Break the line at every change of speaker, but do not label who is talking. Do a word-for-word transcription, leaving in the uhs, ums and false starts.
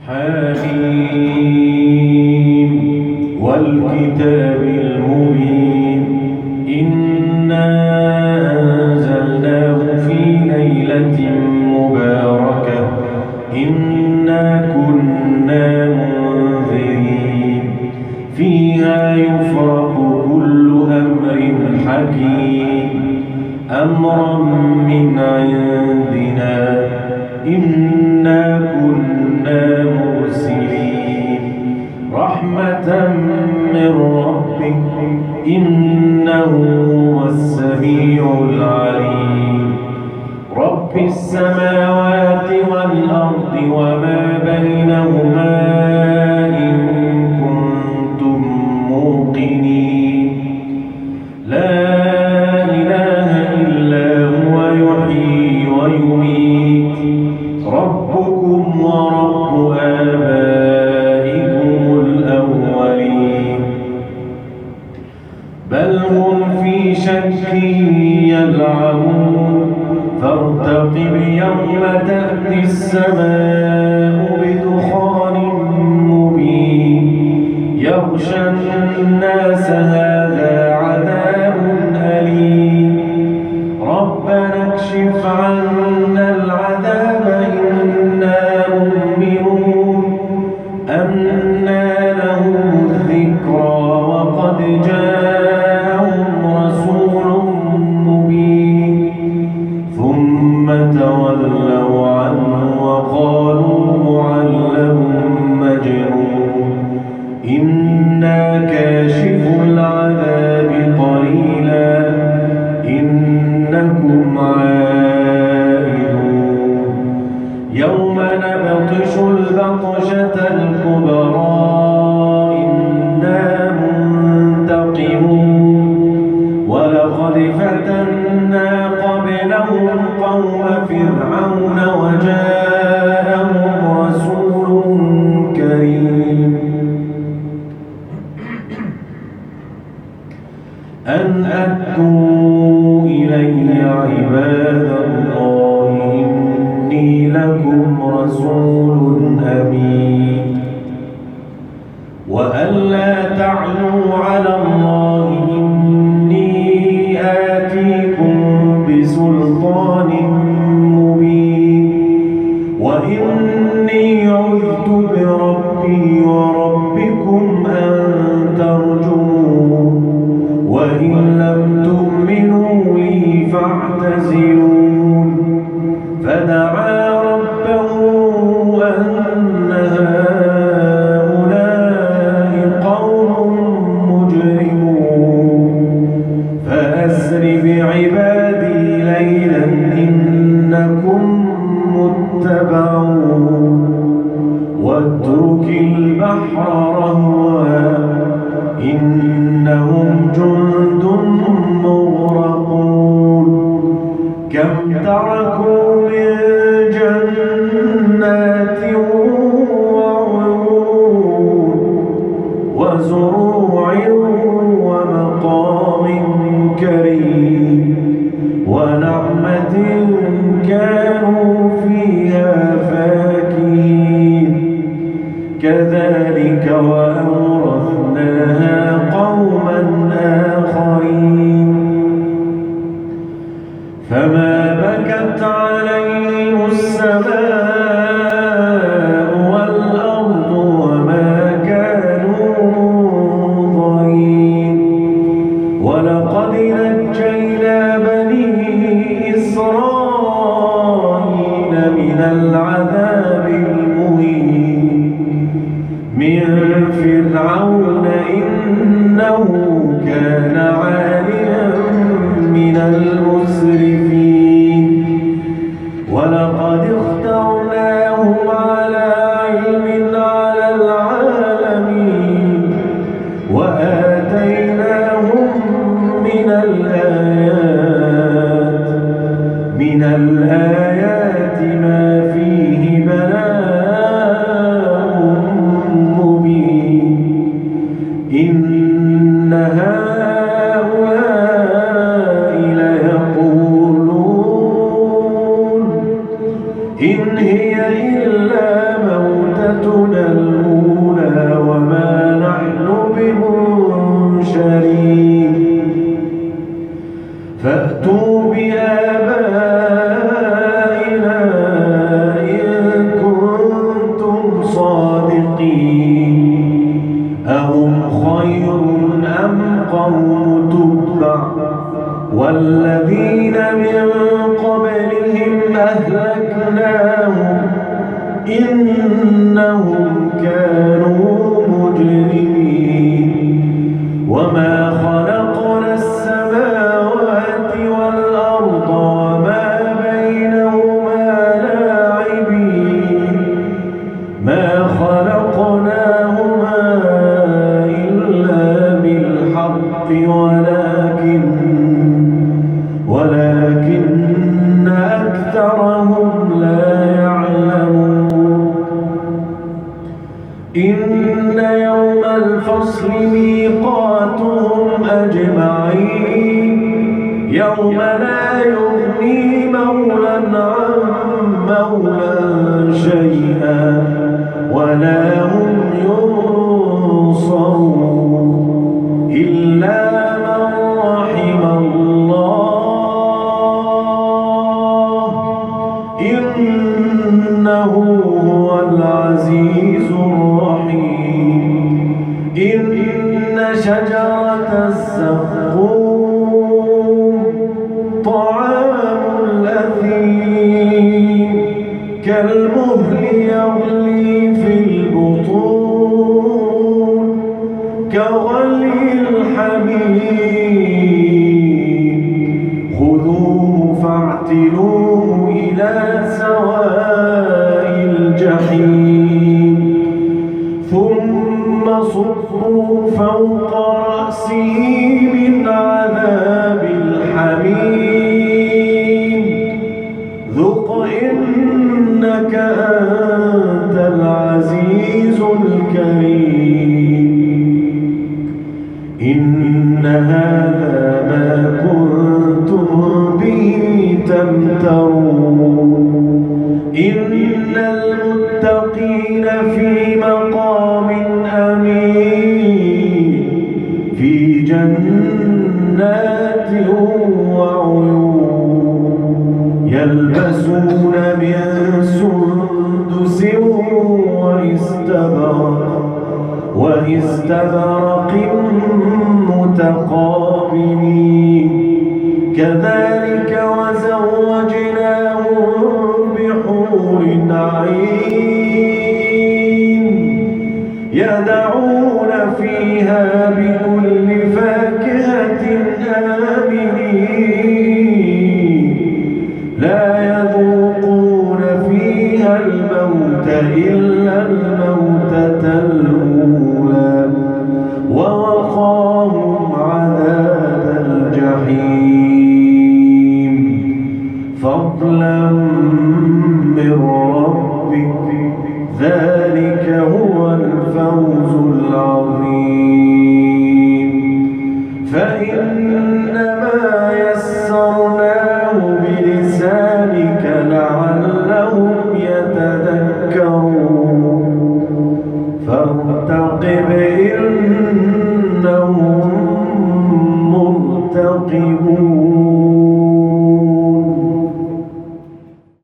حميم والكتاب المبين إنا أنزلناه في ليلة مباركة إنا كنا منذرين فيها يفرق كل أمر حكيم أمرا من عندنا إنا كنا مرسلين رحمة من ربك إنه هو السميع العليم رب السماوات والأرض وما بينهما إن كنتم موقنين لا إله إلا هو يحيي ويميت ربكم ورب آبائكم الأولين بل هم في شك يلعبون فارتقب يوم تأتي السماء بدخان مبين يغشى الناس هذا عذاب أليم ربنا اكشف عنا العذاب إنا مؤمنون أنى لهم الذكرى وقد جاءهم رسول مبين ثم تولوا عنه وقالوا معلم مجنون إنا كاشف العذاب قليلا إنكم عائدون يوم نبطش البطشة الكبرى إنا منتقمون ولقد فتنا قبلهم قوم فرعون وجاءهم رسول كريم أن أتوا إلي عباد الله إني لكم رسول أمين وأن لا تعلوا على الله إني آتيكم بسلطان مبين وإني عذت بربي وربكم أن ترجمون وإن لم تؤمنوا لي فاعتزلون فدعا ربه أن هؤلاء قوم مجرمون فأسر بعبادي ليلا إنكم متبعون واترك البحر رهوا إنهم جند مغرقون كم تركوا من جنات وعيون وزروع ومقام كريم ونعمة كانوا فيها فاكهين كذلك وأورثناها قوما آخرين فما بكت عليهم السماء والأرض وما كانوا منظرين ولقد نجينا بني إسرائيل من العذاب المهين من فرعون إنه كان عاليا من المسرفين ولقد اخترناهم على علم على العالمين وآتيناهم من الآيات من الآيات ما فيه بلاء مبين إن إنهم كانوا مجرمين وما خلقنا السماوات والأرض وما بينهما لاعبين ما خلقناهما إلا بالحق ولكن ولكن أكثرهم لا يعلمون إن يوم الفصل ميقاتهم أجمعين يوم لا يغني مولى عن مولى شيئا ولا هم ينصرون إلا من رحم الله إنه هو العزيز الرحيم إن شجرة الزقوم طعام الأثيم كالمهل يغلي في البطون كغلي الحميم خذوه فاعتلوه إلى سواء الجحيم ثم صبوا فوق رأسه من عذاب الحميم ذق إنك أنت العزيز الكريم إن هذا ما كنتم به تمترون إن المتقين في مقام أمين في جنات وعيون يلبسون من سندس واستبرق واستبرق متقابلين كذلك وزوجناهم بحور عين يدعون فيها بكل فاكهة آمنين لا يذوقون فيها الموت إلا